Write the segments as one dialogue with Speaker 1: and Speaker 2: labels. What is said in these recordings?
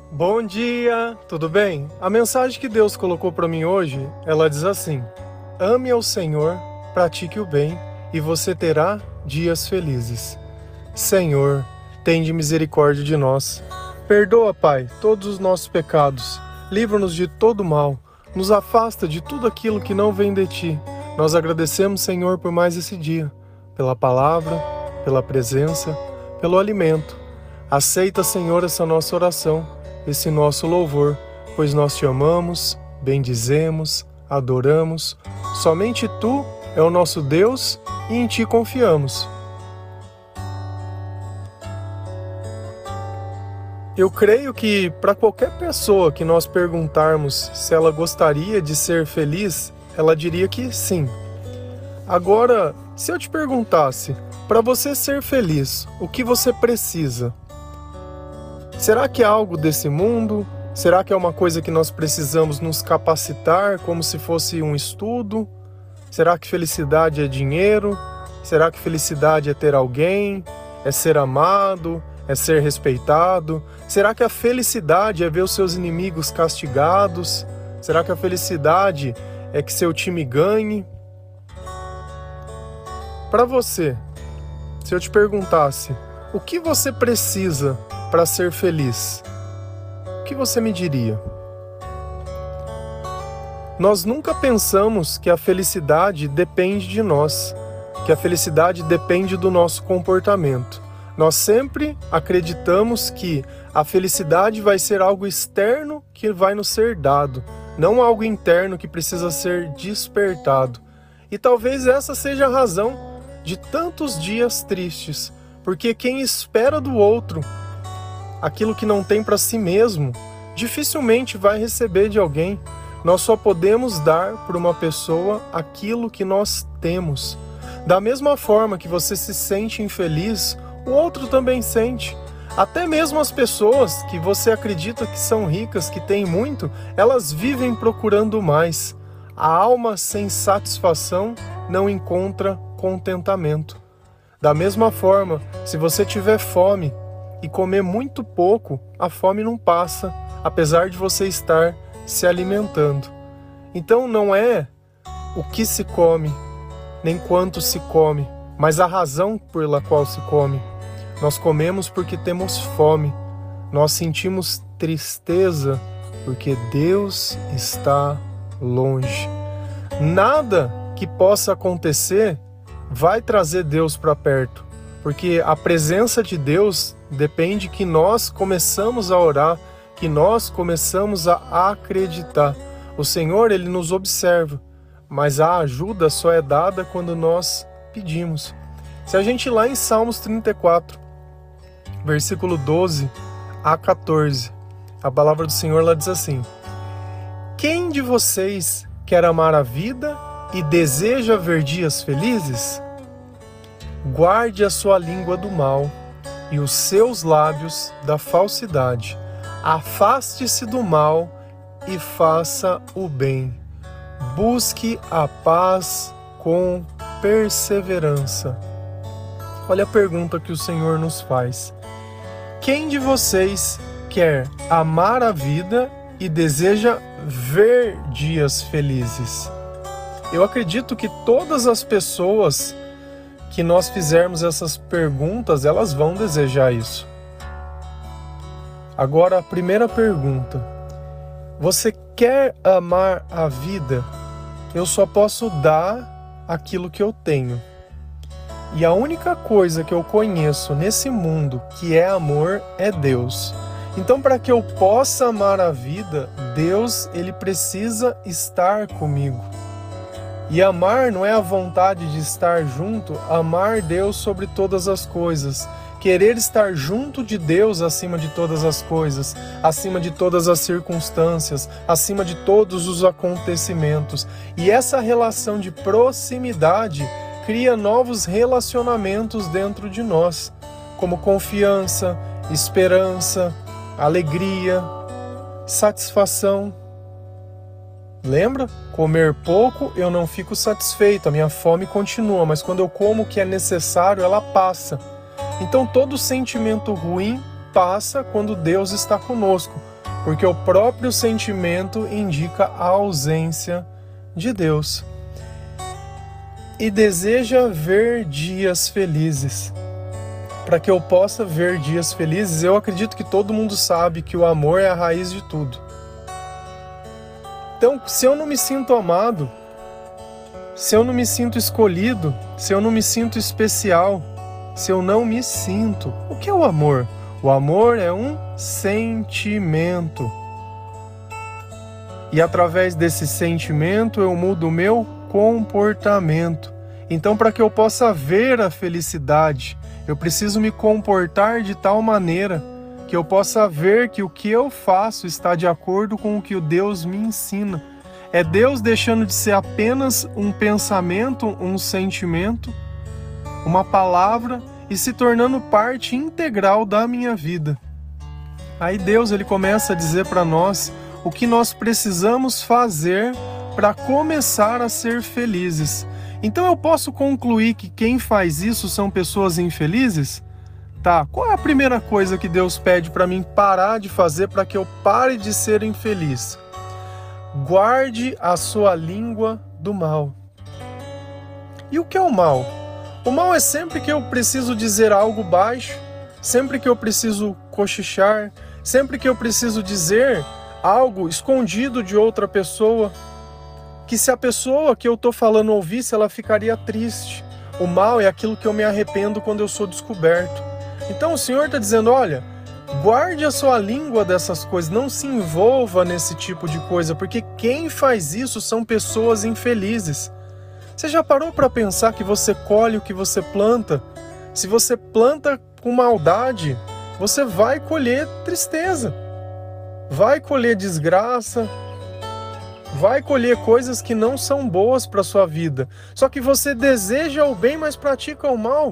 Speaker 1: Bom dia, tudo bem? A mensagem que Deus colocou para mim hoje, ela diz assim: ame ao Senhor, pratique o bem e você terá dias felizes. Senhor, tende misericórdia de nós. Perdoa, Pai, todos os nossos pecados. Livra-nos de todo mal. Nos afasta de tudo aquilo que não vem de Ti. Nós agradecemos, Senhor, por mais esse dia, pela palavra, pela presença, pelo alimento. Aceita, Senhor, essa nossa oração, esse nosso louvor, pois nós te amamos, bendizemos, adoramos. Somente Tu é o nosso Deus e em Ti confiamos. Eu creio que para qualquer pessoa que nós perguntarmos se ela gostaria de ser feliz, ela diria que sim. Agora, se eu te perguntasse, para você ser feliz, o que você precisa? Será que é algo desse mundo? Será que é uma coisa que nós precisamos nos capacitar como se fosse um estudo? Será que felicidade é dinheiro? Será que felicidade é ter alguém? É ser amado? É ser respeitado? Será que a felicidade é ver os seus inimigos castigados? Será que a felicidade é que seu time ganhe? Para você, se eu te perguntasse, o que você precisa para ser feliz? O que você me diria? Nós nunca pensamos que a felicidade depende de nós, que a felicidade depende do nosso comportamento. Nós sempre acreditamos que a felicidade vai ser algo externo que vai nos ser dado, não algo interno que precisa ser despertado. E talvez essa seja a razão de tantos dias tristes, porque quem espera do outro aquilo que não tem para si mesmo, dificilmente vai receber de alguém. Nós só podemos dar para uma pessoa aquilo que nós temos. Da mesma forma que você se sente infeliz, o outro também sente. Até mesmo as pessoas que você acredita que são ricas, que têm muito, elas vivem procurando mais. A alma sem satisfação não encontra contentamento. Da mesma forma, se você tiver fome e comer muito pouco, a fome não passa, apesar de você estar se alimentando. Então não é o que se come, nem quanto se come, mas a razão pela qual se come. Nós comemos porque temos fome. Nós sentimos tristeza porque Deus está longe. Nada que possa acontecer vai trazer Deus para perto, porque a presença de Deus depende que nós começamos a orar, que nós começamos a acreditar. O Senhor, Ele nos observa, mas a ajuda só é dada quando nós pedimos. Se a gente ir lá em Salmos 34, versículo 12 a 14, a palavra do Senhor lá diz assim: quem de vocês quer amar a vida e deseja ver dias felizes? Guarde a sua língua do mal e os seus lábios da falsidade. Afaste-se do mal e faça o bem. Busque a paz com perseverança. Olha a pergunta que o Senhor nos faz. Quem de vocês quer amar a vida e deseja ver dias felizes? Eu acredito que todas as pessoas que nós fizermos essas perguntas, elas vão desejar isso. Agora, a primeira pergunta: você quer amar a vida? Eu só posso dar aquilo que eu tenho. E a única coisa que eu conheço nesse mundo que é amor é Deus. Então, para que eu possa amar a vida, Deus, Ele precisa estar comigo. E amar não é a vontade de estar junto, amar Deus sobre todas as coisas. Querer estar junto de Deus acima de todas as coisas, acima de todas as circunstâncias, acima de todos os acontecimentos. E essa relação de proximidade cria novos relacionamentos dentro de nós, como confiança, esperança, alegria, satisfação. Lembra? Comer pouco eu não fico satisfeito, a minha fome continua, mas quando eu como o que é necessário, ela passa. Então todo sentimento ruim passa quando Deus está conosco. porque o próprio sentimento indica a ausência de Deus. E deseja ver dias felizes. Para que eu possa ver dias felizes, eu acredito que todo mundo sabe que o amor é a raiz de tudo. Então, se eu não me sinto amado, se eu não me sinto escolhido, se eu não me sinto especial, se eu não me sinto, o que é o amor? O amor é um sentimento. E através desse sentimento eu mudo o meu comportamento. Então, para que eu possa ver a felicidade, eu preciso me comportar de tal maneira que eu possa ver que o que eu faço está de acordo com o que o Deus me ensina. É Deus deixando de ser apenas um pensamento, um sentimento, uma palavra e se tornando parte integral da minha vida. Aí Deus ele começa a dizer para nós o que nós precisamos fazer para começar a ser felizes. Então eu posso concluir que quem faz isso são pessoas infelizes? Tá, qual é a primeira coisa que Deus pede para mim parar de fazer para que eu pare de ser infeliz? Guarde a sua língua do mal. E o que é o mal? O mal é sempre que eu preciso dizer algo baixo, sempre que eu preciso cochichar, sempre que eu preciso dizer algo escondido de outra pessoa, que se a pessoa que eu estou falando ouvisse, ela ficaria triste. O mal é aquilo que eu me arrependo quando eu sou descoberto. Então o Senhor está dizendo, olha, guarde a sua língua dessas coisas, não se envolva nesse tipo de coisa, porque quem faz isso são pessoas infelizes. Você já parou para pensar que você colhe o que você planta? Se você planta com maldade, você vai colher tristeza, vai colher desgraça, vai colher coisas que não são boas para a sua vida. Só que você deseja o bem, mas pratica o mal.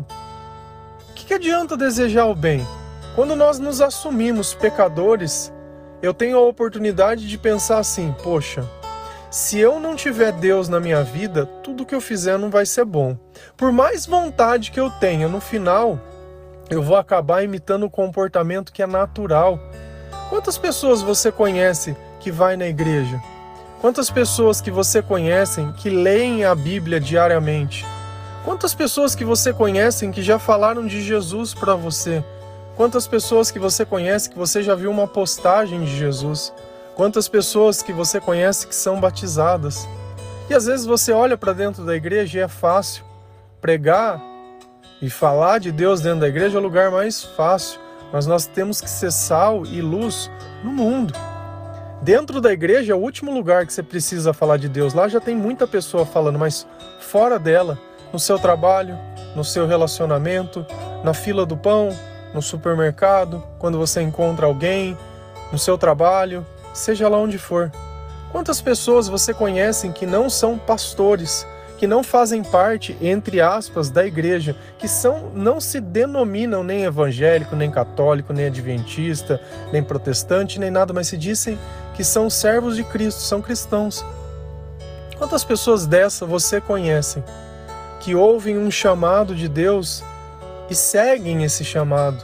Speaker 1: O que adianta desejar o bem? Quando nós nos assumimos pecadores, eu tenho a oportunidade de pensar assim, poxa, se eu não tiver Deus na minha vida, tudo que eu fizer não vai ser bom. Por mais vontade que eu tenha, no final, eu vou acabar imitando o comportamento que é natural. Quantas pessoas você conhece que vai na igreja? Quantas pessoas que você conhece que leem a Bíblia diariamente? Quantas pessoas que você conhece que já falaram de Jesus para você? Quantas pessoas que você conhece que você já viu uma postagem de Jesus? Quantas pessoas que você conhece que são batizadas? E às vezes você olha para dentro da igreja e é fácil. Pregar e falar de Deus dentro da igreja é o lugar mais fácil. Mas nós temos que ser sal e luz no mundo. Dentro da igreja é o último lugar que você precisa falar de Deus. Lá já tem muita pessoa falando, mas fora dela, no seu trabalho, no seu relacionamento, na fila do pão, no supermercado, quando você encontra alguém, no seu trabalho, seja lá onde for. Quantas pessoas você conhece que não são pastores, que não fazem parte, entre aspas, da igreja, que não se denominam nem evangélico, nem católico, nem adventista, nem protestante, nem nada, mas se dizem que são servos de Cristo, são cristãos. Quantas pessoas dessa você conhece que ouvem um chamado de Deus e seguem esse chamado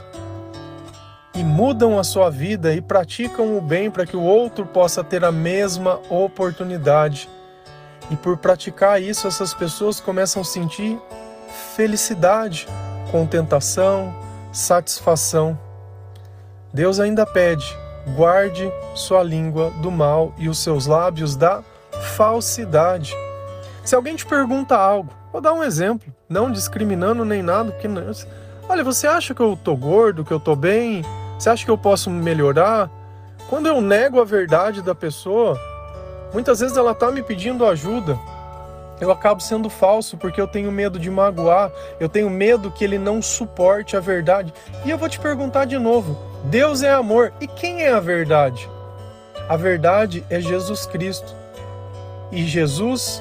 Speaker 1: e mudam a sua vida e praticam o bem para que o outro possa ter a mesma oportunidade? E por praticar isso, essas pessoas começam a sentir felicidade, contentação, satisfação. Deus ainda pede, guarde sua língua do mal e os seus lábios da falsidade. Se alguém te pergunta algo, vou dar um exemplo, não discriminando nem nada, porque não, olha, você acha que eu tô gordo, que eu tô bem? Você acha que eu posso melhorar? Quando eu nego a verdade da pessoa, muitas vezes ela está me pedindo ajuda, eu acabo sendo falso porque eu tenho medo de magoar, eu tenho medo que ele não suporte a verdade. E eu vou te perguntar de novo, Deus é amor, e quem é a verdade? A verdade é Jesus Cristo. E Jesus,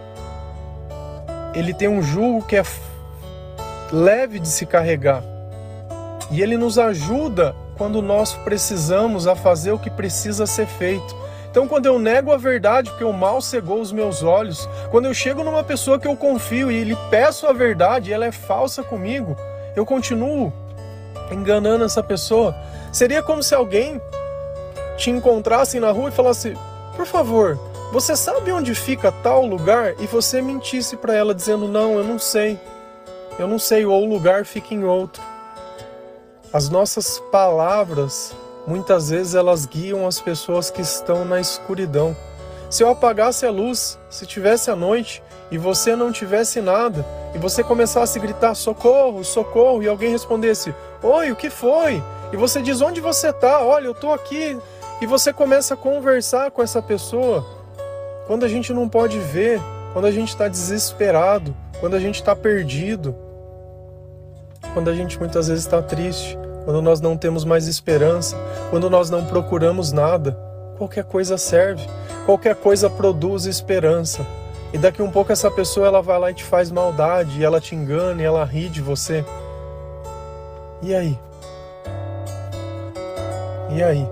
Speaker 1: ele tem um jugo que é leve de se carregar. E ele nos ajuda quando nós precisamos a fazer o que precisa ser feito. Então, quando eu nego a verdade, porque o mal cegou os meus olhos, quando eu chego numa pessoa que eu confio e lhe peço a verdade e ela é falsa comigo, eu continuo enganando essa pessoa. Seria como se alguém te encontrassem na rua e falassem: por favor, você sabe onde fica tal lugar? E você mentisse para ela dizendo: não, eu não sei, ou o lugar fica em outro. As nossas palavras, muitas vezes, elas guiam as pessoas que estão na escuridão. Se eu apagasse a luz, se tivesse a noite e você não tivesse nada, e você começasse a gritar: socorro, socorro, e alguém respondesse: oi, o que foi? E você diz: onde você está? Olha, eu estou aqui. E você começa a conversar com essa pessoa. Quando a gente não pode ver, quando a gente está desesperado, quando a gente está perdido, quando a gente muitas vezes está triste, quando nós não temos mais esperança, quando nós não procuramos nada, qualquer coisa serve, qualquer coisa produz esperança. E daqui um pouco essa pessoa ela vai lá e te faz maldade, e ela te engana, e ela ri de você. E aí? E aí?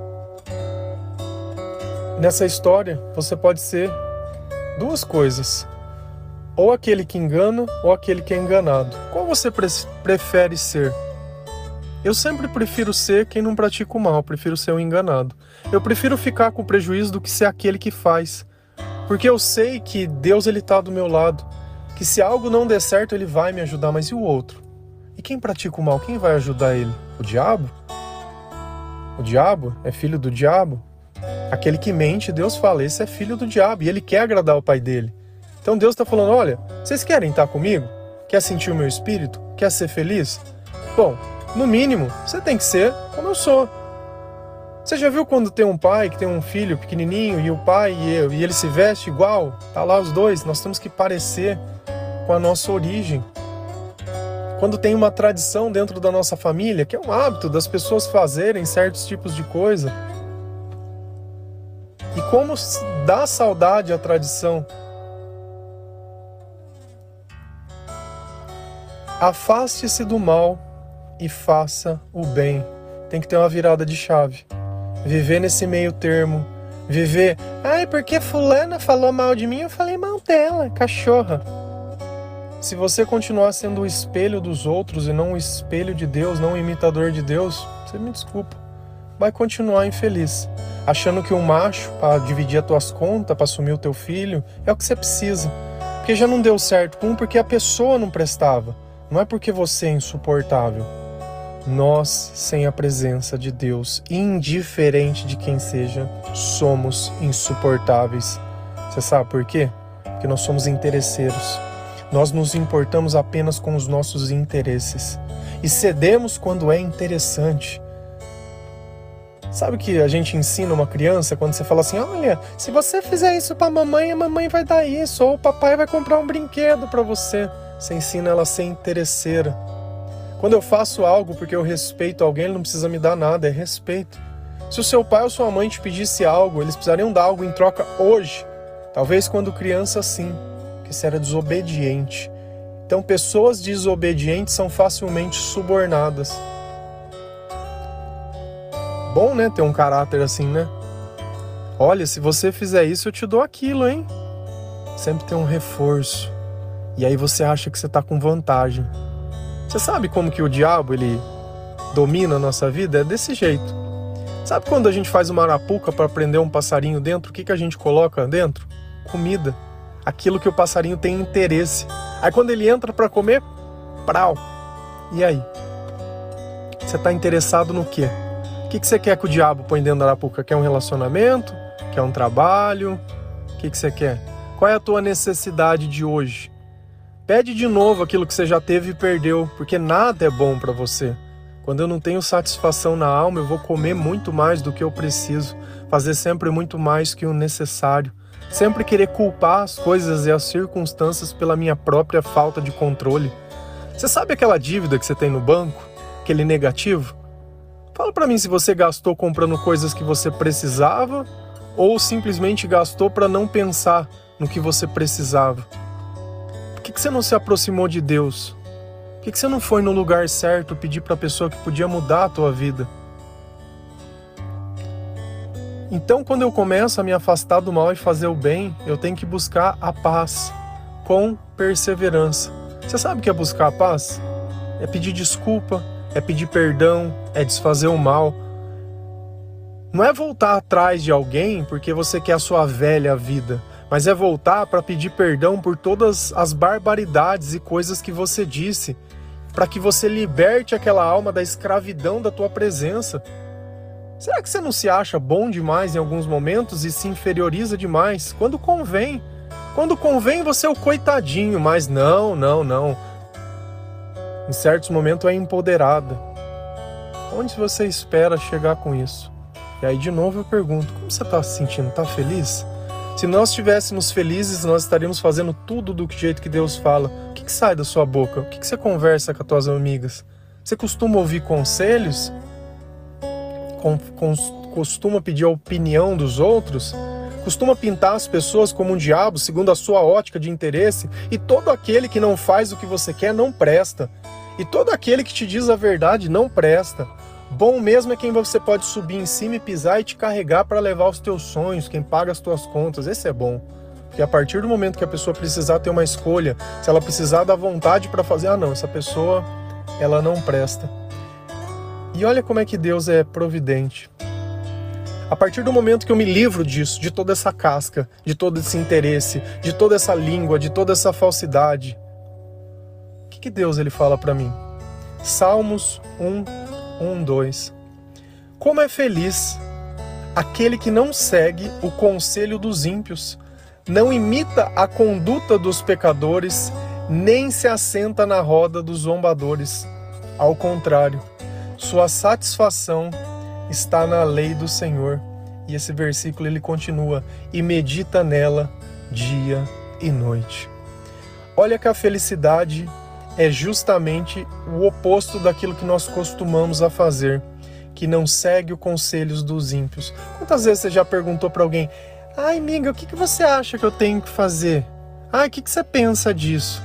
Speaker 1: Nessa história, você pode ser duas coisas. Ou aquele que engana, ou aquele que é enganado. Qual você prefere ser? Eu sempre prefiro ser quem não pratica o mal, prefiro ser o enganado. Eu prefiro ficar com prejuízo do que ser aquele que faz. Porque eu sei que Deus está do meu lado. Que se algo não der certo, Ele vai me ajudar, mas e o outro? E quem pratica o mal, quem vai ajudar ele? O diabo? O diabo é filho do diabo? Aquele que mente, Deus fala, esse é filho do diabo e ele quer agradar o pai dele. Então Deus está falando: olha, vocês querem estar comigo? Quer sentir o meu espírito? Quer ser feliz? Bom, no mínimo, você tem que ser como eu sou. Você já viu quando tem um pai que tem um filho pequenininho e o pai e ele se veste igual? Tá lá os dois, nós temos que parecer com a nossa origem. Quando tem uma tradição dentro da nossa família, que é um hábito das pessoas fazerem certos tipos de coisa. E como dá saudade à tradição. Afaste-se do mal e faça o bem. Tem que ter uma virada de chave. Viver nesse meio termo. Viver: ai, porque fulana falou mal de mim, eu falei mal dela, cachorra. Se você continuar sendo o espelho dos outros e não o espelho de Deus, não o imitador de Deus, você me desculpa, vai continuar infeliz. Achando que um macho, para dividir as tuas contas, para assumir o teu filho, é o que você precisa. Porque já não deu certo com um, porque a pessoa não prestava. Não é porque você é insuportável. Nós, sem a presença de Deus, indiferente de quem seja, somos insuportáveis. Você sabe por quê? Porque nós somos interesseiros. Nós nos importamos apenas com os nossos interesses. E cedemos quando é interessante. Sabe o que a gente ensina uma criança quando você fala assim: olha, se você fizer isso pra mamãe, a mamãe vai dar isso, ou o papai vai comprar um brinquedo pra você. Você ensina ela a ser interesseira. Quando eu faço algo porque eu respeito alguém, ele não precisa me dar nada, é respeito. Se o seu pai ou sua mãe te pedisse algo, eles precisariam dar algo em troca hoje. Talvez quando criança sim, que você era desobediente. Então pessoas desobedientes são facilmente subornadas. Bom, né, ter um caráter assim, né? Olha, se você fizer isso, eu te dou aquilo, hein? Sempre tem um reforço. E aí você acha que você tá com vantagem. Você sabe como que o diabo, ele domina a nossa vida? É desse jeito. Sabe quando a gente faz uma arapuca para prender um passarinho dentro, o que a gente coloca dentro? Comida. Aquilo que o passarinho tem interesse. Aí quando ele entra para comer, prau. E aí? Você tá interessado no quê? O que você quer que o diabo põe dentro da arapuca? Quer um relacionamento? Quer um trabalho? O que você quer? Qual é a tua necessidade de hoje? Pede de novo aquilo que você já teve e perdeu, porque nada é bom para você. Quando eu não tenho satisfação na alma, eu vou comer muito mais do que eu preciso, fazer sempre muito mais que o necessário, sempre querer culpar as coisas e as circunstâncias pela minha própria falta de controle. Você sabe aquela dívida que você tem no banco? Aquele negativo? Fala pra mim se você gastou comprando coisas que você precisava ou simplesmente gastou para não pensar no que você precisava. Por que você não se aproximou de Deus? Por que você não foi no lugar certo pedir para a pessoa que podia mudar a tua vida? Então, quando eu começo a me afastar do mal e fazer o bem, eu tenho que buscar a paz com perseverança. Você sabe o que é buscar a paz? É pedir desculpa, é pedir perdão, é desfazer o mal. Não é voltar atrás de alguém porque você quer a sua velha vida, mas é voltar para pedir perdão por todas as barbaridades e coisas que você disse, para que você liberte aquela alma da escravidão da tua presença. Será que você não se acha bom demais em alguns momentos e se inferioriza demais? Quando convém. Quando convém você é o coitadinho, mas não. Em certos momentos é empoderada. Onde você espera chegar com isso? E aí de novo eu pergunto, como você está se sentindo? Está feliz? Se nós estivéssemos felizes, nós estaríamos fazendo tudo do jeito que Deus fala. O que sai da sua boca? O que você conversa com as tuas amigas? Você costuma ouvir conselhos? Costuma pedir a opinião dos outros? Costuma pintar as pessoas como um diabo, segundo a sua ótica de interesse? E todo aquele que não faz o que você quer não presta. E todo aquele que te diz a verdade não presta. Bom mesmo é quem você pode subir em cima e pisar e te carregar para levar os teus sonhos, quem paga as tuas contas. Esse é bom. Porque a partir do momento que a pessoa precisar ter uma escolha, se ela precisar da vontade para fazer, não, essa pessoa, ela não presta. E olha como é que Deus é providente. A partir do momento que eu me livro disso, de toda essa casca, de todo esse interesse, de toda essa língua, de toda essa falsidade, o que Deus ele fala para mim? Salmos 1:2. Como é feliz aquele que não segue o conselho dos ímpios, não imita a conduta dos pecadores, nem se assenta na roda dos zombadores. Ao contrário, sua satisfação está na lei do Senhor. E esse versículo ele continua, e medita nela dia e noite. Olha que a felicidade é justamente o oposto daquilo que nós costumamos a fazer, que não segue os conselhos dos ímpios. Quantas vezes você já perguntou para alguém, ai amiga, o que você acha que eu tenho que fazer? Ai, o que você pensa disso?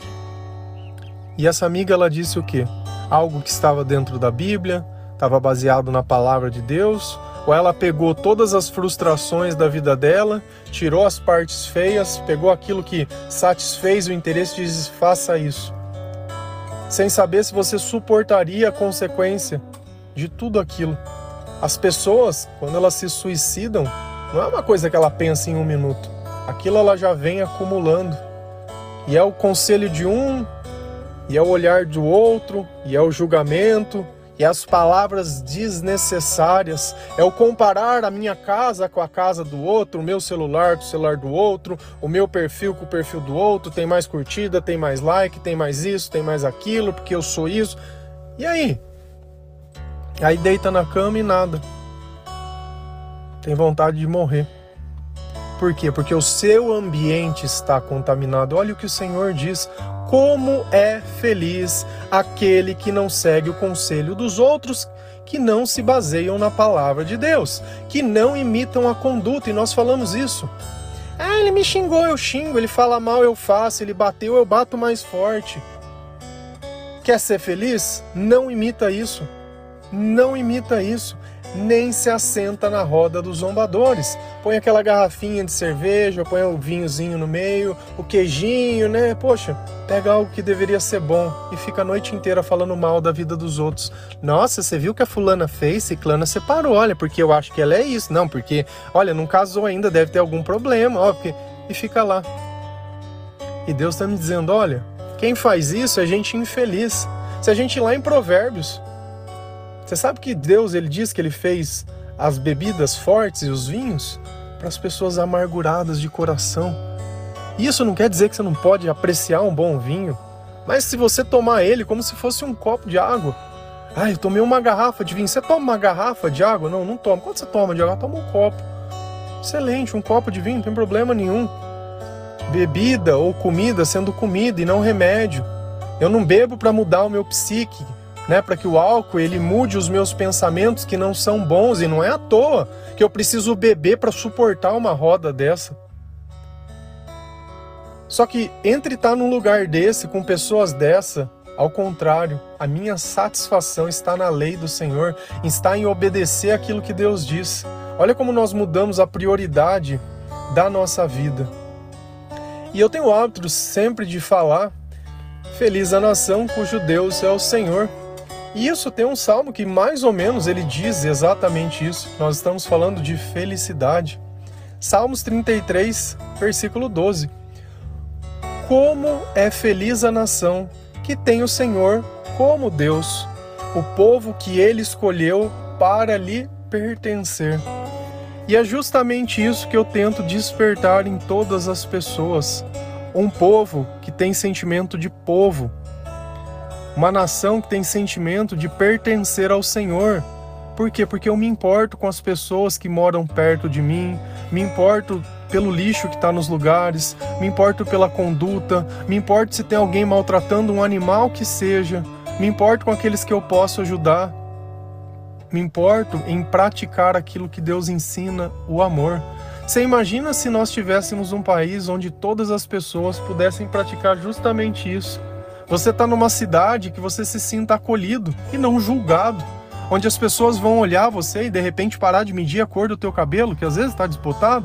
Speaker 1: E essa amiga, ela disse o quê? Algo que estava dentro da Bíblia, estava baseado na palavra de Deus, ou ela pegou todas as frustrações da vida dela, tirou as partes feias, pegou aquilo que satisfez o interesse e disse, faça isso, sem saber se você suportaria a consequência de tudo aquilo. As pessoas, quando elas se suicidam, não é uma coisa que ela pensa em um minuto. Aquilo ela já vem acumulando. E é o conselho de um, e é o olhar do outro, e é o julgamento, e as palavras desnecessárias, é o comparar a minha casa com a casa do outro, o meu celular com o celular do outro, o meu perfil com o perfil do outro, tem mais curtida, tem mais like, tem mais isso, tem mais aquilo, porque eu sou isso. E aí? Aí deita na cama e nada. Tem vontade de morrer. Por quê? Porque o seu ambiente está contaminado. Olha o que o Senhor diz. Como é feliz aquele que não segue o conselho dos outros, que não se baseiam na palavra de Deus, que não imitam a conduta. E nós falamos isso. Ah, ele me xingou, eu xingo. Ele fala mal, eu faço. Ele bateu, eu bato mais forte. Quer ser feliz? Não imita isso. Não imita isso. Nem se assenta na roda dos zombadores. Põe aquela garrafinha de cerveja, põe o vinhozinho no meio, o queijinho, né? Poxa, pega algo que deveria ser bom e fica a noite inteira falando mal da vida dos outros. Nossa, você viu que a fulana fez? Ciclana separou, olha, porque eu acho que ela é isso. Não, porque, olha, não casou ainda, deve ter algum problema, ó, porque... E fica lá. E Deus está me dizendo, olha, quem faz isso é gente infeliz. Se a gente ir lá em Provérbios... Você sabe que Deus, ele diz que ele fez as bebidas fortes e os vinhos para as pessoas amarguradas de coração. Isso não quer dizer que você não pode apreciar um bom vinho, mas se você tomar ele como se fosse um copo de água. Ah, eu tomei uma garrafa de vinho. Você toma uma garrafa de água? Não, não toma. Quanto você toma de água? Toma um copo. Excelente, um copo de vinho, não tem problema nenhum. Bebida ou comida sendo comida e não remédio. Eu não bebo para mudar o meu psique, né, para que o álcool ele mude os meus pensamentos que não são bons, e não é à toa que eu preciso beber para suportar uma roda dessa. Só que entre estar num lugar desse, com pessoas dessa, ao contrário, a minha satisfação está na lei do Senhor, está em obedecer aquilo que Deus diz. Olha como nós mudamos a prioridade da nossa vida. E eu tenho o hábito sempre de falar, feliz a nação cujo Deus é o Senhor. E isso tem um salmo que mais ou menos ele diz exatamente isso. Nós estamos falando de felicidade. Salmos 33, versículo 12. Como é feliz a nação que tem o Senhor como Deus, o povo que ele escolheu para lhe pertencer. E é justamente isso que eu tento despertar em todas as pessoas. Um povo que tem sentimento de povo. Uma nação que tem sentimento de pertencer ao Senhor. Por quê? Porque eu me importo com as pessoas que moram perto de mim, me importo pelo lixo que está nos lugares, me importo pela conduta, me importo se tem alguém maltratando um animal que seja, me importo com aqueles que eu posso ajudar, me importo em praticar aquilo que Deus ensina, o amor. Você imagina se nós tivéssemos um país onde todas as pessoas pudessem praticar justamente isso? Você está numa cidade que você se sinta acolhido e não julgado, onde as pessoas vão olhar você e de repente parar de medir a cor do teu cabelo, que às vezes está desbotado,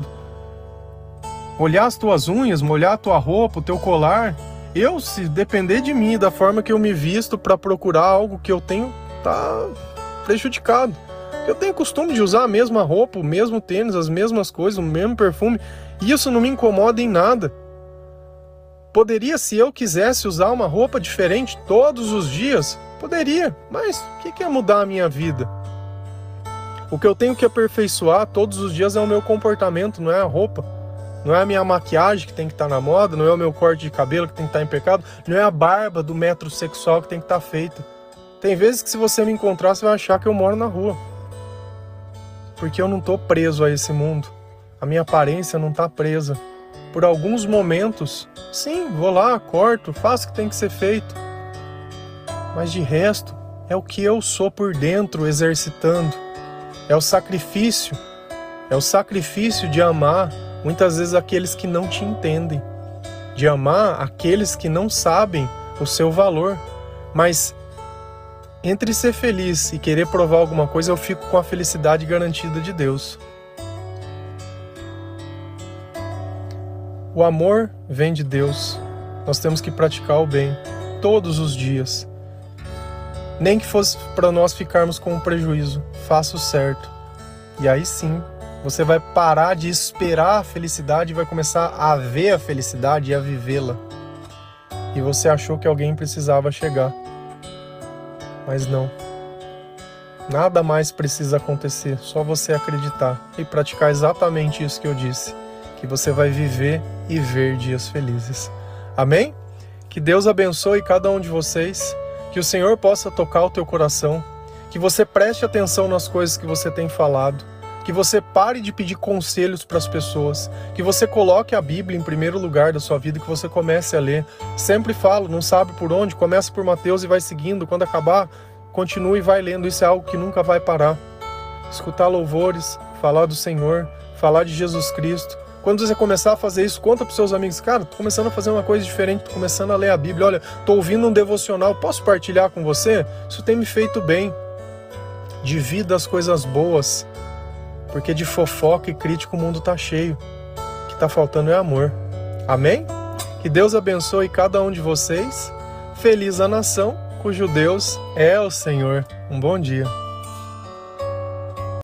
Speaker 1: olhar as tuas unhas, molhar a tua roupa, o teu colar. Eu, se depender de mim, da forma que eu me visto para procurar algo que eu tenho, tá prejudicado. Eu tenho costume de usar a mesma roupa, o mesmo tênis, as mesmas coisas, o mesmo perfume, e isso não me incomoda em nada. Poderia, se eu quisesse usar uma roupa diferente todos os dias, poderia, mas o que é mudar a minha vida? O que eu tenho que aperfeiçoar todos os dias é o meu comportamento, não é a roupa. Não é a minha maquiagem que tem que estar na moda, não é o meu corte de cabelo que tem que estar impecável, não é a barba do metrosexual que tem que estar feita. Tem vezes que se você me encontrar, você vai achar que eu moro na rua. Porque eu não estou preso a esse mundo. A minha aparência não está presa. Por alguns momentos, sim, vou lá, corto, faço o que tem que ser feito. Mas de resto, é o que eu sou por dentro exercitando. É o sacrifício de amar, muitas vezes, aqueles que não te entendem. De amar aqueles que não sabem o seu valor. Mas entre ser feliz e querer provar alguma coisa, eu fico com a felicidade garantida de Deus. O amor vem de Deus. Nós temos que praticar o bem todos os dias. Nem que fosse para nós ficarmos com um prejuízo. Faça o certo. E aí sim, você vai parar de esperar a felicidade e vai começar a ver a felicidade e a vivê-la. E você achou que alguém precisava chegar. Mas não. Nada mais precisa acontecer. Só você acreditar e praticar exatamente isso que eu disse. Que você vai viver e ver dias felizes. Amém? Que Deus abençoe cada um de vocês, que o Senhor possa tocar o teu coração, que você preste atenção nas coisas que você tem falado, que você pare de pedir conselhos para as pessoas, que você coloque a Bíblia em primeiro lugar da sua vida, que você comece a ler. Sempre falo, não sabe por onde, começa por Mateus e vai seguindo, quando acabar, continue e vai lendo, isso é algo que nunca vai parar. Escutar louvores, falar do Senhor, falar de Jesus Cristo. Quando você começar a fazer isso, conta para os seus amigos. Cara, tô começando a fazer uma coisa diferente, tô começando a ler a Bíblia. Olha, tô ouvindo um devocional, posso partilhar com você? Isso tem me feito bem. Divida as coisas boas, porque de fofoca e crítica o mundo tá cheio. O que tá faltando é amor. Amém? Que Deus abençoe cada um de vocês. Feliz a nação cujo Deus é o Senhor. Um bom dia.